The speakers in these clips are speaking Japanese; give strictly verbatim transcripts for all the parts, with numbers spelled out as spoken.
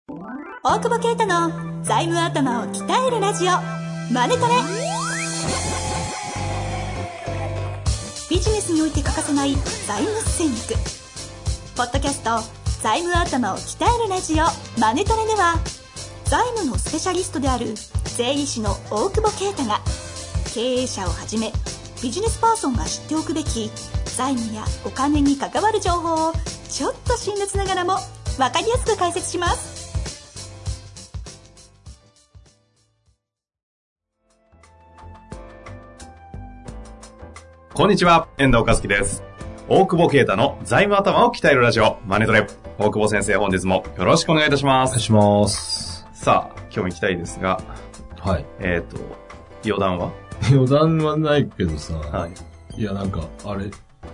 大久保啓太の財務頭を鍛えるラジオマネトレ。ビジネスにおいて欠かせない財務戦略。ポッドキャスト財務頭を鍛えるラジオマネトレでは、財務のスペシャリストである税理士の大久保啓太が、経営者をはじめビジネスパーソンが知っておくべき財務やお金に関わる情報をちょっと辛辣ながらも分かりやすく解説します。 こんにちは、遠藤和樹です。大久保啓太の財務頭を鍛えるラジオマネトレ。大久保先生、本日もよろしくお願いいたします。 お願いします。 さあ、今日も行きたいですが、 はい。 えっと、余談は余談はないけどさ、 はい。 いや、なんか、あれ、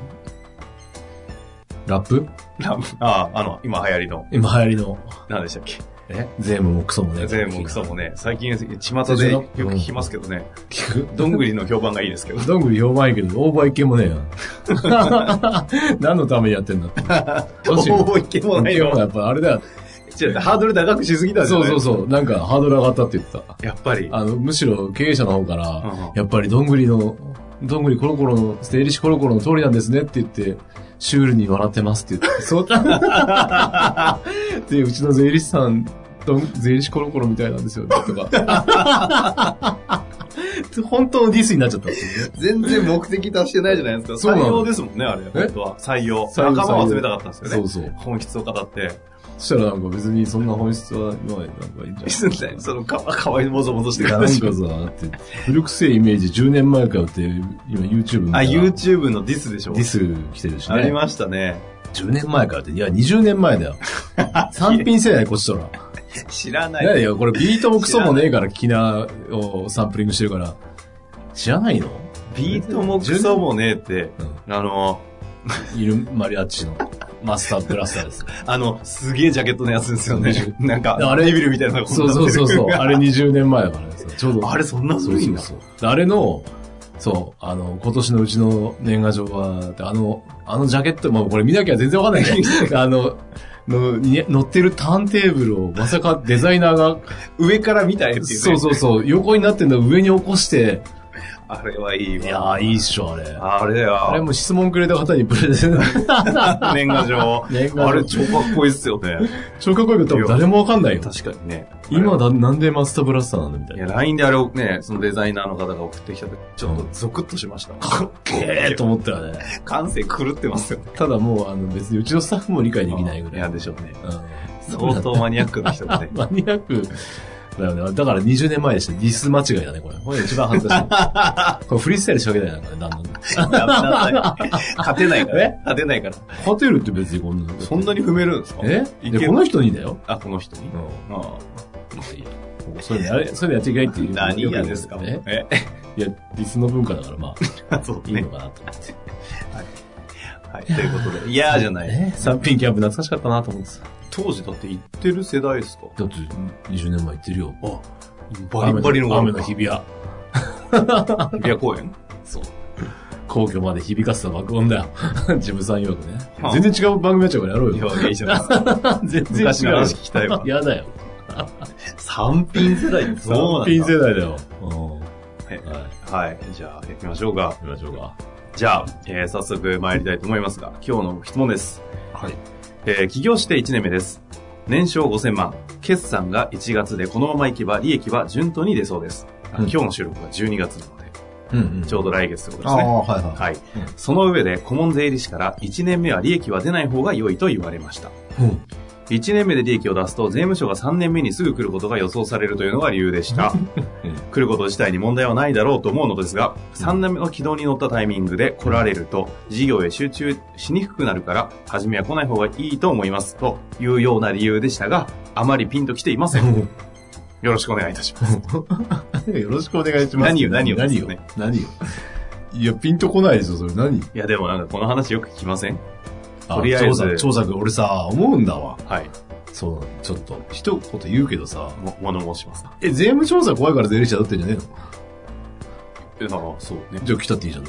ラップラああ、あの、今流行りの。 今流行りの。 何でしたっけ？ え税務もクソもね。 税務もクソもね。最近、巷でよく聞きますけどね。 聞く？ どんぐりの評判がいいですけど。 どんぐり評判いいけど、応募いけもねえや。何のためにやってんだって。 応募いけもないよ。 やっぱあれだよ。 違う、ハードル高くしすぎたんじゃない？ そうそうそう。なんかハードル上がったって言ってた。 やっぱり。 あの、むしろ経営者の方から、 うんうん、 やっぱりどんぐりの、どんぐりコロコロの、税理士コロコロの通りなんですねって言って、シュールに笑ってますって言って、そうだ。で、うちの税理士さん、どん税理士コロコロみたいなんですよね、とか。本当のディスになっちゃったんですよね。 全然目的達してないじゃないですか。採用ですもんね、あれ。本当は。採用。 採用仲間を集めたかったんですよね。 そうそう。 本質を語って。 そしたらなんか別にそんな本質はない、なんかいいんじゃない？ そのか、かわいもぞもぞしてなんかさ、だって、古くせえイメージじゅうねんまえからって、今 YouTube あ、YouTube のディスでしょ？ ディス来てるしね。 ありましたね。 じゅうねんまえからって、いや、にじゅうねんまえだよ。三品世代こっちとら。 知らない。 いやいや、これビートもクソもねえから、キナをサンプリングしてるから、知らないの？ ビートもクソもねえって、うん、あの、 イルマリアッチのマスターブラスターです。 あの、すげえジャケットのやつですよね。なんか、あれビルみたいなのがそうそうそうそう。あれにじゅうねんまえだからね。ちょうど。 あれそんな古いんだ。 そうそうそう。あれの、そう、あの、今年のうちの年賀状は、あの、あのジャケット、まあこれ見なきゃ全然わかんないけど、あの、のに乗ってるターンテーブルをまさかデザイナーが上から見た絵っていうね。 そうそうそう、横になってるのを上に起こして、 あれはいいわ。 いやー、いいっしょ、あれ。 あれよ。 あれも質問くれた方にプレゼント。 年賀状。年賀状。あれ超かっこいいっすよね。 超かっこいいけど多分誰もわかんないよ。 確かにね。 今だ、なんでマスターブラスターなんだみたいな。 いや、ライン であれをね、そのデザイナーの方が送ってきた時、ちょっとゾクッとしました。 かっけーと思ったよね。 感性狂ってますよね。 ただもう、あの、別にうちのスタッフも理解できないぐらい。 いや、でしょうね。 うん。 相当マニアックな人がね。 マニアック。だよね。だからにじゅうねんまえでした。ディス間違いだね、これ。これ一番恥ずかしい。これフリースタイル仕掛けたいな、これ、だんだん。 勝てないからね。勝てないから。 勝てるって別にこんな。 そんなに踏めるんですか？ えで、この人にだよ。 あ、この人に？ うん。ああ。そういうのや、そういうのやっちゃいけないっていう。 何嫌ですか？ ええいや、ディスの文化だから、まあ。 そういいのかなと思って。 はい。はい。ということで、嫌じゃない。 ね。三品キャンプ懐かしかったなと思ってさ。 当時だって行ってる世代ですか？ だってにじゅうねんまえ行ってるよ。 あ、バリバリの雨の日比谷。 日比谷公園？ そう。皇居まで響かせた爆音だよ。ジムさん曰くね。全然違う番組やっちゃうからやろうよ。 いや、いいじゃないですか。 全然違う。 昔の話聞きたいわ。 やだよ。 三品世代ってそうなんだ。 三品世代だよ。 はい。はい。じゃあ、行きましょうか。 行きましょうか。 じゃあ、えー、早速参りたいと思いますが、今日の質問です。 はい。 えー、起業していちねんめです。年商ごせんまん。決算がいちがつでこのままいけば利益は順当に出そうです。うん、今日の収録がじゅうにがつなので、うんうん、ちょうど来月ってことですね。ああ、はいはい。はい。うん、その上で顧問税理士からいちねんめは利益は出ない方が良いと言われました。うん、いちねんめで利益を出すと税務署がさんねんめにすぐ来ることが予想されるというのが理由でした。来ること自体に問題はないだろうと思うのですが、さんねんめの軌道に乗ったタイミングで来られると事業へ集中しにくくなるから初めは来ない方がいいと思いますというような理由でしたが、あまりピンときていません。よろしくお願いいたします。 よろしくお願いします。 何よ何よ何よ何よ。いや、ピンとこないですよ、それ何？いや、でもなんかこの話よく聞きません？ とりあえず。調査君、俺さ、思うんだわ。 はい。 そう、ちょっと、一言言うけどさ。 も、物申します。 え、税務調査怖いから税理士雇ってんじゃねえの？え、だからそうね。 じゃあ来たっていいじゃん。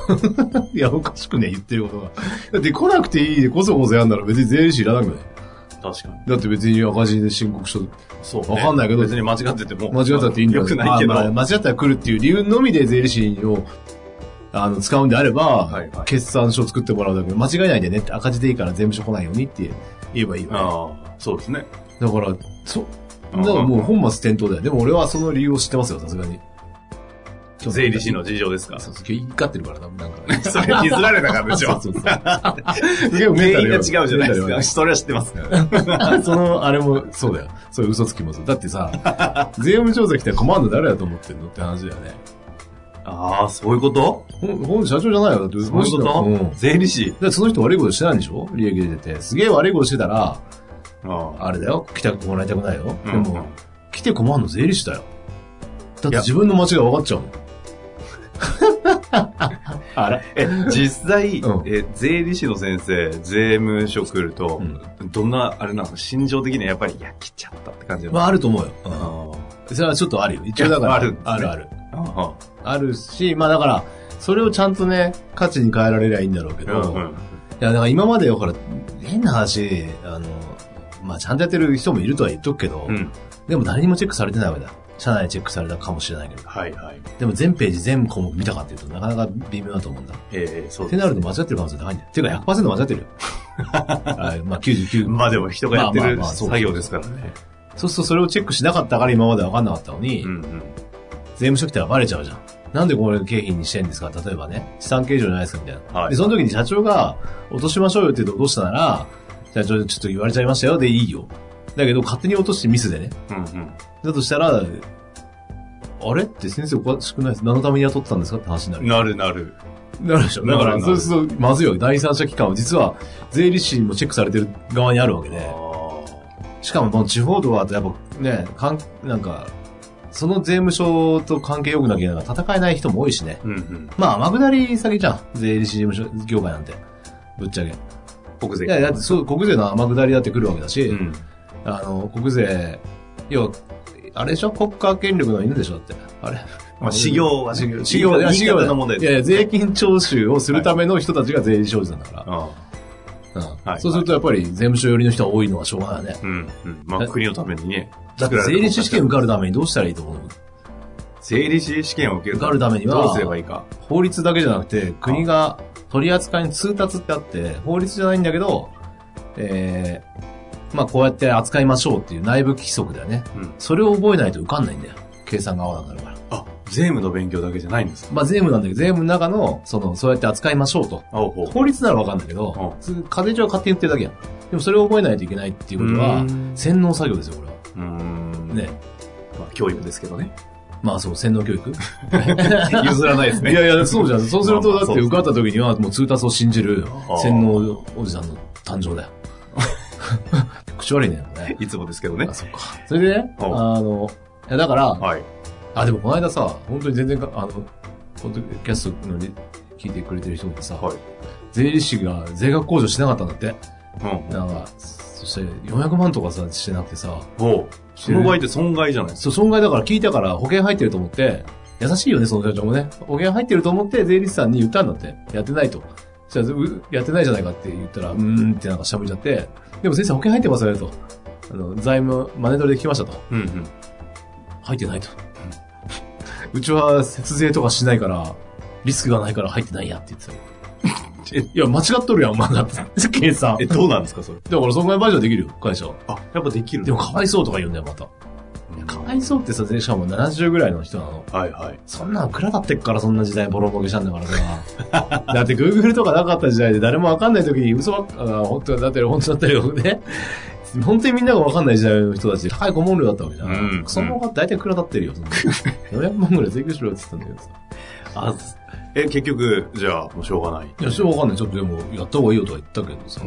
いや、おかしくね、言ってることが。だって来なくていいでこそこそやんなら別に税理士いらなくない？ 確かに。 だって別に赤字で申告書、 そう、ね。 わかんないけど。 別に間違ってても。 間違ったっていいんだよ。 よくないけど。 まあ、間違ったら来るっていう理由のみで税理士を、あの、使うんであれば、はいはい、決算書を作ってもらうだけど、間違えないでねって、赤字でいいから税務署来ないようにって言えばいいよね。 ああ、そうですね。 だから、そ、だからもう本末転倒だよ。でも俺はその理由を知ってますよ、さすがに。 税理士の事情ですか？ そうそう、今日言い勝ってるからな、なんか。 それ譲られたからでしょ。そうそうそう。原因が違うじゃないですか。それは知ってますから。 その、あれも、そうだよ。そういう嘘つきもそう。だってさ、税務調査来たら困るの誰だと思ってんのって話だよね。 ああ、そういうこと？ ほん、社長じゃないよ。だって、 そういうこと、うん、税理士。 で、その人悪いことしてないんでしょ？利益出てて。すげえ悪いことしてたら、あ, あれだよ。来てもらいたくないよ。うん、でも、来て困るの税理士だよ。だって自分の間違い分かっちゃうの。 あれえ、実際、うん、え、税理士の先生、税務署来ると、うん、どんな、あれなの？心情的にはやっぱり、いや、来ちゃったって感じなの？ まあ、あると思うよ。うん、それはちょっとあるよ。一応だから。 ある、ね、 あるある。あ, あるし、まあだから、それをちゃんとね、価値に変えられりゃいいんだろうけど、うんうん、いや、だから今までほら、変な話、あの、まあちゃんとやってる人もいるとは言っとくけど、うん、でも誰にもチェックされてないわけだ。社内でチェックされたかもしれないけど。 はいはい。 でも全ページ全項目見たかっていうとなかなか微妙だと思うんだ。 ええー、そうです、ね。 ってなると間違ってる可能性高いんだよ。ていうか ひゃくパーセント 間違ってるよ。はい。まあきゅうじゅうきゅう。 まあでも人がやってる作業ですからね。 そうするとそれをチェックしなかったから今まで分かんなかったのに、うんうん、税務署来たらバレちゃうじゃん。なんでこれ経費にしてんですか？例えばね、資産計上じゃないですかみたいな。はい、で、その時に社長が落としましょうよって言うと落としたなら、社長ちょっと言われちゃいましたよでいいよ。だけど勝手に落としてミスでね。うんうん、だとしたら、あれって先生おかしくないです？何のために雇ったんですかって話になる。 なるなる。 なるでしょ。だから、そうするとまずいよ。第三者機関は実は税理士もチェックされてる側にあるわけで。しかもこの地方とはやっぱね、かん、なんか、その税務署と関係よくなきゃ戦えない人も多いしね。うんうん、まあ、天下り先じゃん。税理士事務所業界なんて。ぶっちゃけ。 国税。 いや、だってそう、国税の天下りだって来るわけだし、うん、あの、国税、要は、あれでしょ？国家権力の犬でしょ？だって。あれ。 まあ、修行は、 修行、修行、修行の問題。いやいや、税金徴収をするための人たちが税理士なんだから。はいうんはい、そうするとやっぱり税務署寄りの人が多いのはしょうがないよね。うん。 うん。まあ、国のためにね。 だって税理士試験受かるためにどうしたらいいと思う？ 税理士試験を受ける受かるためには、 どうすればいいか。 法律だけじゃなくて、国が取り扱いに通達ってあって、法律じゃないんだけど、えー、まあこうやって扱いましょうっていう内部規則だよね。うん。それを覚えないと受かんないんだよ。計算が合わなくなるから。 あ、税務の勉強だけじゃないんですか？ まあ税務なんだけど、税務の中の、その、そうやって扱いましょうと。おうおう法律ならわかんないけど、風上は勝手に言ってるだけやん。でもそれを覚えないといけないっていうことは、洗脳作業ですよ、これは。うーん。ね。 まあ教育ですけどね。 まあそう、洗脳教育譲らないですね。 いやいや、そうじゃん。そうすると、だって受かった時には、もう通達を信じる洗脳おじさんの誕生だよ。口悪いね。 いつもですけどね。 あ、そっか。それでね、あの、いやだから、はい。あ、でもこの間さ、本当に全然か、あの、ポッドキャストの聞いてくれてる人ってさ、はい、税理士が税額控除しなかったんだって。うん。なんか、そしてよんひゃくまんとかさ、してなくてさ。 おう。その場合って損害じゃないですか。 そう、損害だから聞いたから保険入ってると思って、優しいよね、その社長もね。保険入ってると思って税理士さんに言ったんだって。やってないと。じゃあ、やってないじゃないかって言ったら、うーんってなんかしゃべっちゃって、でも先生保険入ってますよねと。あの、財務、マネトレで聞きましたと。うんうん。入ってないと。うちは節税とかしないから、リスクがないから入ってないやって言ってたよ。え、いや、間違っとるやん、お前だって。計算。 え、どうなんですか、それ。 だから損害賠償できるよ、会社は。 あ、やっぱできる。 でもかわいそうとか言うんだよ、また。うん、かわいそうってさ、しかもななじゅうぐらいの人なの。はいはい。そんなの蔵だってっから、そんな時代ボロボロしたんだからさ。だって Google とかなかった時代で誰もわかんない時に嘘ばっか、あ、本当だったり、本当だったりよね。本当にみんながわかんない時代の人たちで高い顧問料だったわけじゃん。うん。その方が大体蔵立ってるよ、そんな。よんひゃくまんぐらい請求しろよって言ったんだけどさ。 あ、え、結局、じゃあ、もうしょうがない。 いや、しょうがわかんない。ちょっとでも、やった方がいいよとは言ったけどさ。うん。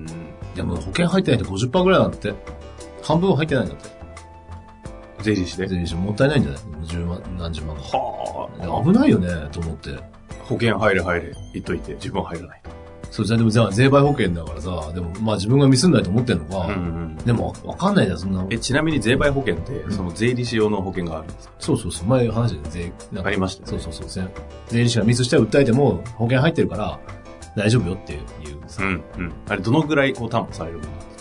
いや、もう保険入ってないって ごじゅっパーセント ぐらいなんだって。半分入ってないんだって。 税理士で税理士もったいないんじゃない？じゅうまん、何十万が。はあ。危ないよね、と思って。 保険入れ入れ、言っといて、自分は入らない。 そうじゃ、でもじゃあ税賠保険だからさ、でもまあ自分がミスんないと思ってんのか。うんうん、でもわかんないじゃん、そんな。 え、ちなみに税賠保険って、その税理士用の保険があるんですか？ そうそうそう、前話で税、 ありました、ね。 そうそうそう。税理士がミスしたら訴えても保険入ってるから大丈夫よっていう。 うんうん。あれどのぐらいこう担保されるものなんですか？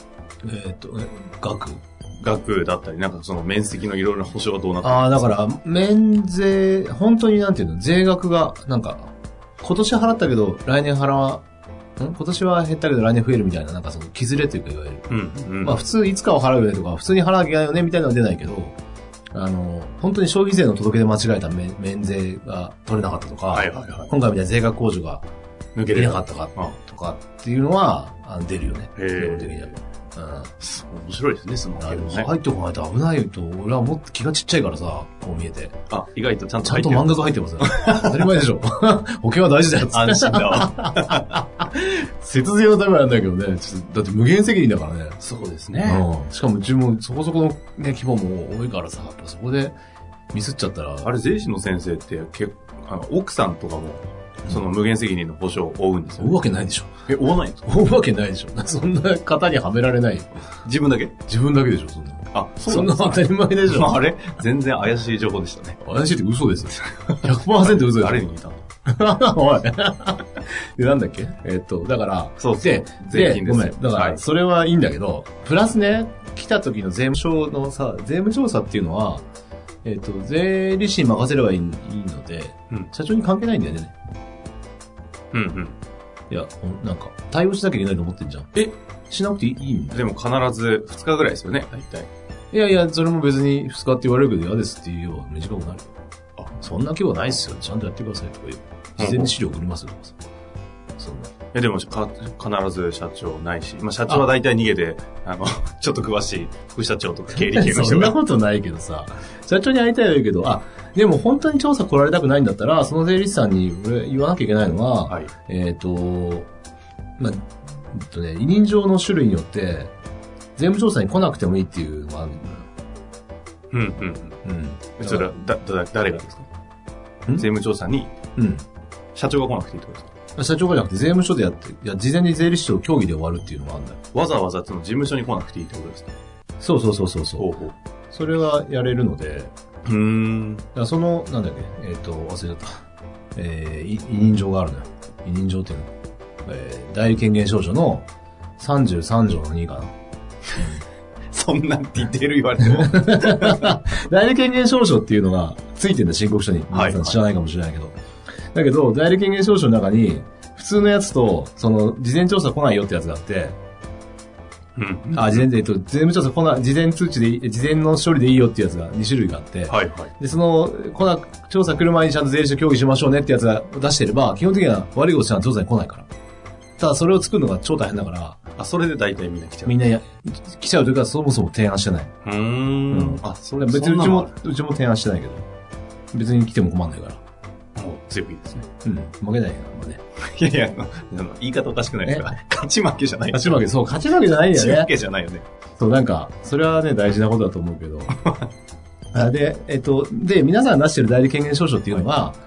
えっと、額額だったり、なんかその面積のいろいろな保証はどうなってるんですか？ああ、だから、免税、本当になんていうの、税額が、なんか、今年払ったけど、来年払わ、ん今年は減ったけど来年増えるみたいな、なんかその、削れというか言われる。うんうん、まあ普通いつかを払うよねとか、普通に払わなきゃいけないよねみたいなのは出ないけど、あの、本当に消費税の届け出間違えた 免, 免税が取れなかったとか、はいはいはい、今回みたいな税額控除が抜けれなかったかとかっていうのは、あの出るよね。基本的には。うん、面白いですね、そのね。入ってこないと危ないと、俺はもっと気がちっちゃいからさ、こう見えて。 あ、意外とちゃんと入ってる。ちゃんと満額入ってますよ。当たり前でしょ。保険は大事だよ。 安心だわ。 節税のためなんだけどね。ちょっとだって無限責任だからね。 そうですね。 うん。しかもうちもそこそこのね、規模も多いからさ、やっぱそこでミスっちゃったら。 あれ、税理士の先生って結構、あの奥さんとかも、その無限責任の保証を負うんですよ、 ね。負うわけないでしょ。 え、負わないんですか？ 負うわけないでしょ。そんな型にはめられないよ。 自分だけ？ 自分だけでしょ、そんな。 あ、 そんな当たり前でしょ。 あれ全然怪しい情報でしたね。 怪しいって嘘ですよ。ひゃくパーセント 嘘ですよ。 誰に似たの？ おい。で、なんだっけえっと、だから、 そうそう。 で、 税金です。 ごめん。だから、それはいいんだけど、はい、プラスね、来た時の税務署のさ、税務調査っていうのは、えっと、税理士に任せればいいので、うん、社長に関係ないんだよね。 うんうん。 いや、なんか、対応しなきゃいけないと思ってんじゃん。えしなくていいんだ。 でも必ずふつかぐらいですよね、大体。 いやいや、それも別にふつかって言われるけど嫌ですっていうよう短くなる。あ、そんな規模ないっすよ。ちゃんとやってくださいとか言う。事前に資料送りますとかさ。そんな。いやでもか、必ず社長ないし、まあ社長は大体逃げて、あの、ちょっと詳しい副社長とか経理系の人が。 そんなことないけどさ、社長に会いたいは言うけど、あ、でも本当に調査来られたくないんだったら、その税理士さんに俺言わなきゃいけないのは、はい、えっと、まあ、えっとね、委任状の種類によって、税務調査に来なくてもいいっていうのがあるんだよ。 うんうんうん。うん。それは、だ、だ、誰がですか？税務調査に、うん。社長が来なくていいってことですか？ 社長がじゃなくて税務署でやって、いや、事前に税理士と協議で終わるっていうのがあるんだよ。 わざわざその事務所に来なくていいってことですか？ そうそうそうそうそう。ほうほう。それはやれるので、うーん。その、なんだっけ、えっと、忘れちゃった。えー、委任状があるのよ。委任状っていうの。えー、代理権限証書のさんじゅうさん条のにかな。 そんなディテール言われても。 代理権限証書っていうのがついてるんだ、申告書に。皆さん知らないかもしれないけど。はいはい、だけど、代理権限証書の中に、普通のやつと、その、事前調査来ないよってやつがあって、うん、あ、事前で、えっと、税務調査来ない、事前通知で、事前の処理でいいよってやつがに種類があって、はいはい。で、その、来な、調査来る前にちゃんと税理士と協議しましょうねってやつが出してれば、基本的には悪いことしたら調査に来ないから。ただ、それを作るのが超大変だから、 あ、それで大体みんな来ちゃう。 みんなや、来ちゃうというか、そもそも提案してない。 うーん。うん、 あ、それ別にうちも、うちも提案してないけど、別に来ても困んないから。 もう強いですね。 うん。負けないよ、あんまね。 いやいや、あの、言い方おかしくないですか？勝ち負けじゃない。 勝ち負け、そう、勝ち負けじゃないんだよね。 勝ち負けじゃないよね。 そう、なんか、それはね、大事なことだと思うけど。あで、えっと、で、皆さんが出してる代理権限証書っていうのは、はい、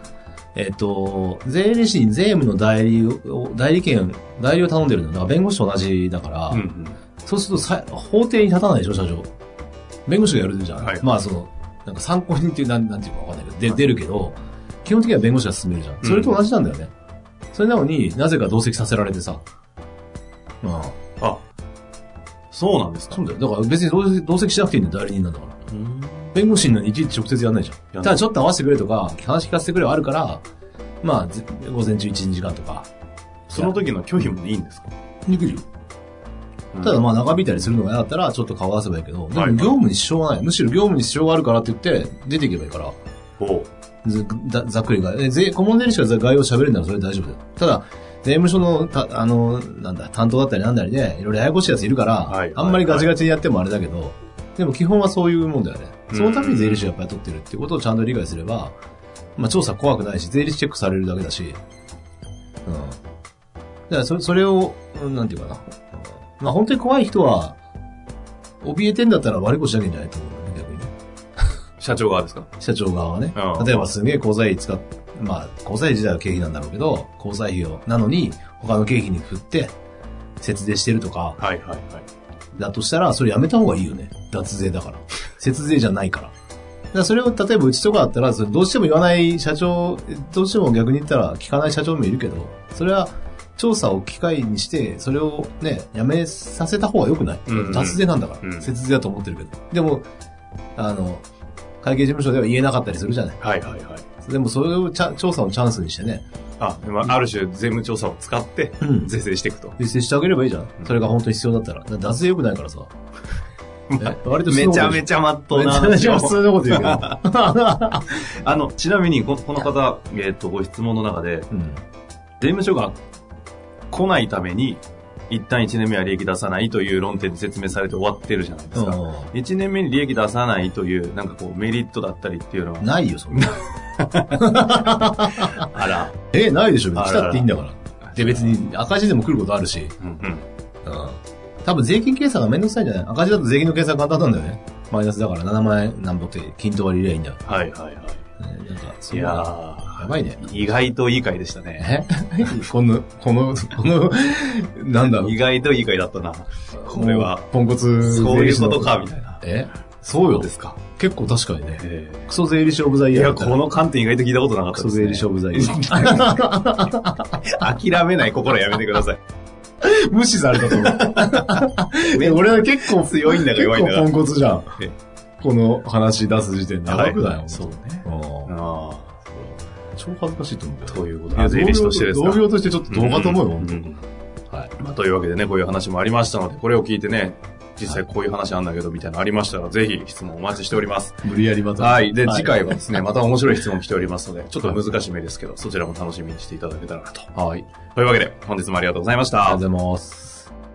えっと、税理士に税務の代理を、代理権、代理を頼んでるのが弁護士と同じだから、うんうん、そうするとさ、法廷に立たないでしょ、社長。弁護士がやるじゃん。はい、まあ、その、なんか参考人っていう、なん、なんていうかわかんないけど、で、はい、出るけど、基本的には弁護士が進めるじゃん。それと同じなんだよね。うん、それなのになぜか同席させられてさ。 まあ。あ、そうなんですか？ そうだよ。だから別に同席、同席しなくていいんだよ、代理人なんだから。うん、弁護士のにいちいち直接やんないじゃん。ただちょっと合わせてくれとか、話聞かせてくれはあるから、まあ、午前中いち、にじかんとか。 その時の拒否もいいんですか？ できるよ。うん、ただまあ長引いたりするのが嫌だったらちょっと顔合わせばいいけど、でも業務に支障はない。むしろ業務に支障があるからって言って出ていけばいいから。ほう。ざ, ざっくりが、え、税、顧問税理士が概要喋れるならそれで大丈夫だよ。ただ、税務署の、た、あの、なんだ、担当だったりなんだりで、いろいろややこしいやついるから、はい、あんまりガチガチにやってもあれだけど、はい、でも基本はそういうもんだよね。そのために税理士がやっぱり取ってるっていうことをちゃんと理解すれば、まあ調査怖くないし、税理士チェックされるだけだし、うん。だからそ、それを、なんていうかな。まあ本当に怖い人は、怯えてんだったら悪いことしなきゃいけないと思う。 社長側ですか？ 社長側はね。例えばすげえ交際費使っ、まあ、交際費自体は経費なんだろうけど、交際費を、なのに、他の経費に振って、節税してるとか。はいはいはい。だとしたら、それやめた方がいいよね。脱税だから。節税じゃないから。だからそれを、例えばうちとかだったら、それどうしても言わない社長、どうしても逆に言ったら聞かない社長もいるけど、それは、 調査を機会にして、それをね、やめさせた方が良くない？うんうん、脱税なんだから、うん、節税だと思ってるけど。でも、あの、会計事務所では言えなかったりするじゃない。 はいはいはい。 でもそれをちゃ調査をチャンスにしてね。 あ、ある種税務調査を使って、税制していくと。 税制してあげればいいじゃん。うん、それが本当に必要だったら。だ脱税良くないからさ。 割とめちゃめちゃまっとうな話。 めちゃめちゃ普通のこと言うけど。 あの、ちなみにこ、この方、えっと、ご質問の中で、うん、税務署が来ないために、一旦いちねんめは利益出さないという論点で説明されて終わってるじゃないですか。いちねんめに利益出さないという、なんかこう、メリットだったりっていうのは。 ないよ、そんな。 あら。 え、ないでしょ、来たっていいんだから。で、別に赤字でも来ることあるし。うんうん。うん。多分税金計算がめんどくさいんじゃない？赤字だと税金の計算簡単なんだよね。マイナスだからななまん円なんぼって均等割りりゃいいんだよ。 はいはいはい。ね、 なんか、 いやー、 やばいね。 意外といい回でしたね。 えこの、この、この、なんだろう。 意外といい回だったな。これは。 ポンコツ。 そういうことか、みたいな。 えそうよ。 ですか。 結構確かにね。えー、クソ税理士オブザイヤー。 いや、この観点意外と聞いたことなかったですね。 クソ税理士オブザイヤー。諦めない心やめてください。 無視されたと思う。俺は結構強いんだか弱いんだか。 結構ポンコツじゃん。この話出す時点でやばくない、 はい、そうね。 ああ。超恥ずかしいと思うけど。 ということで。税理士としてですか。 同僚としてちょっと動画と思うよ、本当に。 はい。まあ、というわけでね、こういう話もありましたので、これを聞いてね、実際こういう話なんだけど、みたいなのありましたら、ぜひ質問お待ちしております。 無理やりまた。 はい。で、次回はですね、また面白い質問来ておりますので、ちょっと難しめですけど、そちらも楽しみにしていただけたらなと。 はい。 というわけで、本日もありがとうございました。 ありがとうございます。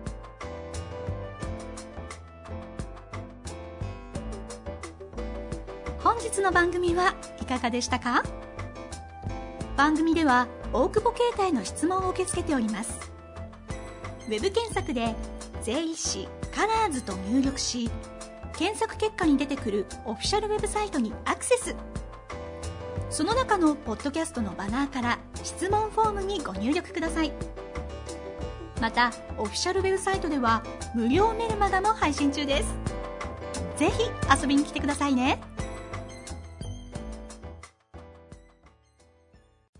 本日の番組はいかがでしたか？番組では大久保携帯の質問を受け付けております。ウェブ検索で税理士カラーズと入力し、検索結果に出てくるオフィシャルウェブサイトにアクセス。その中のポッドキャストのバナーから質問フォームにご入力ください。またオフィシャルウェブサイトでは無料メルマガも配信中です。ぜひ遊びに来てくださいね。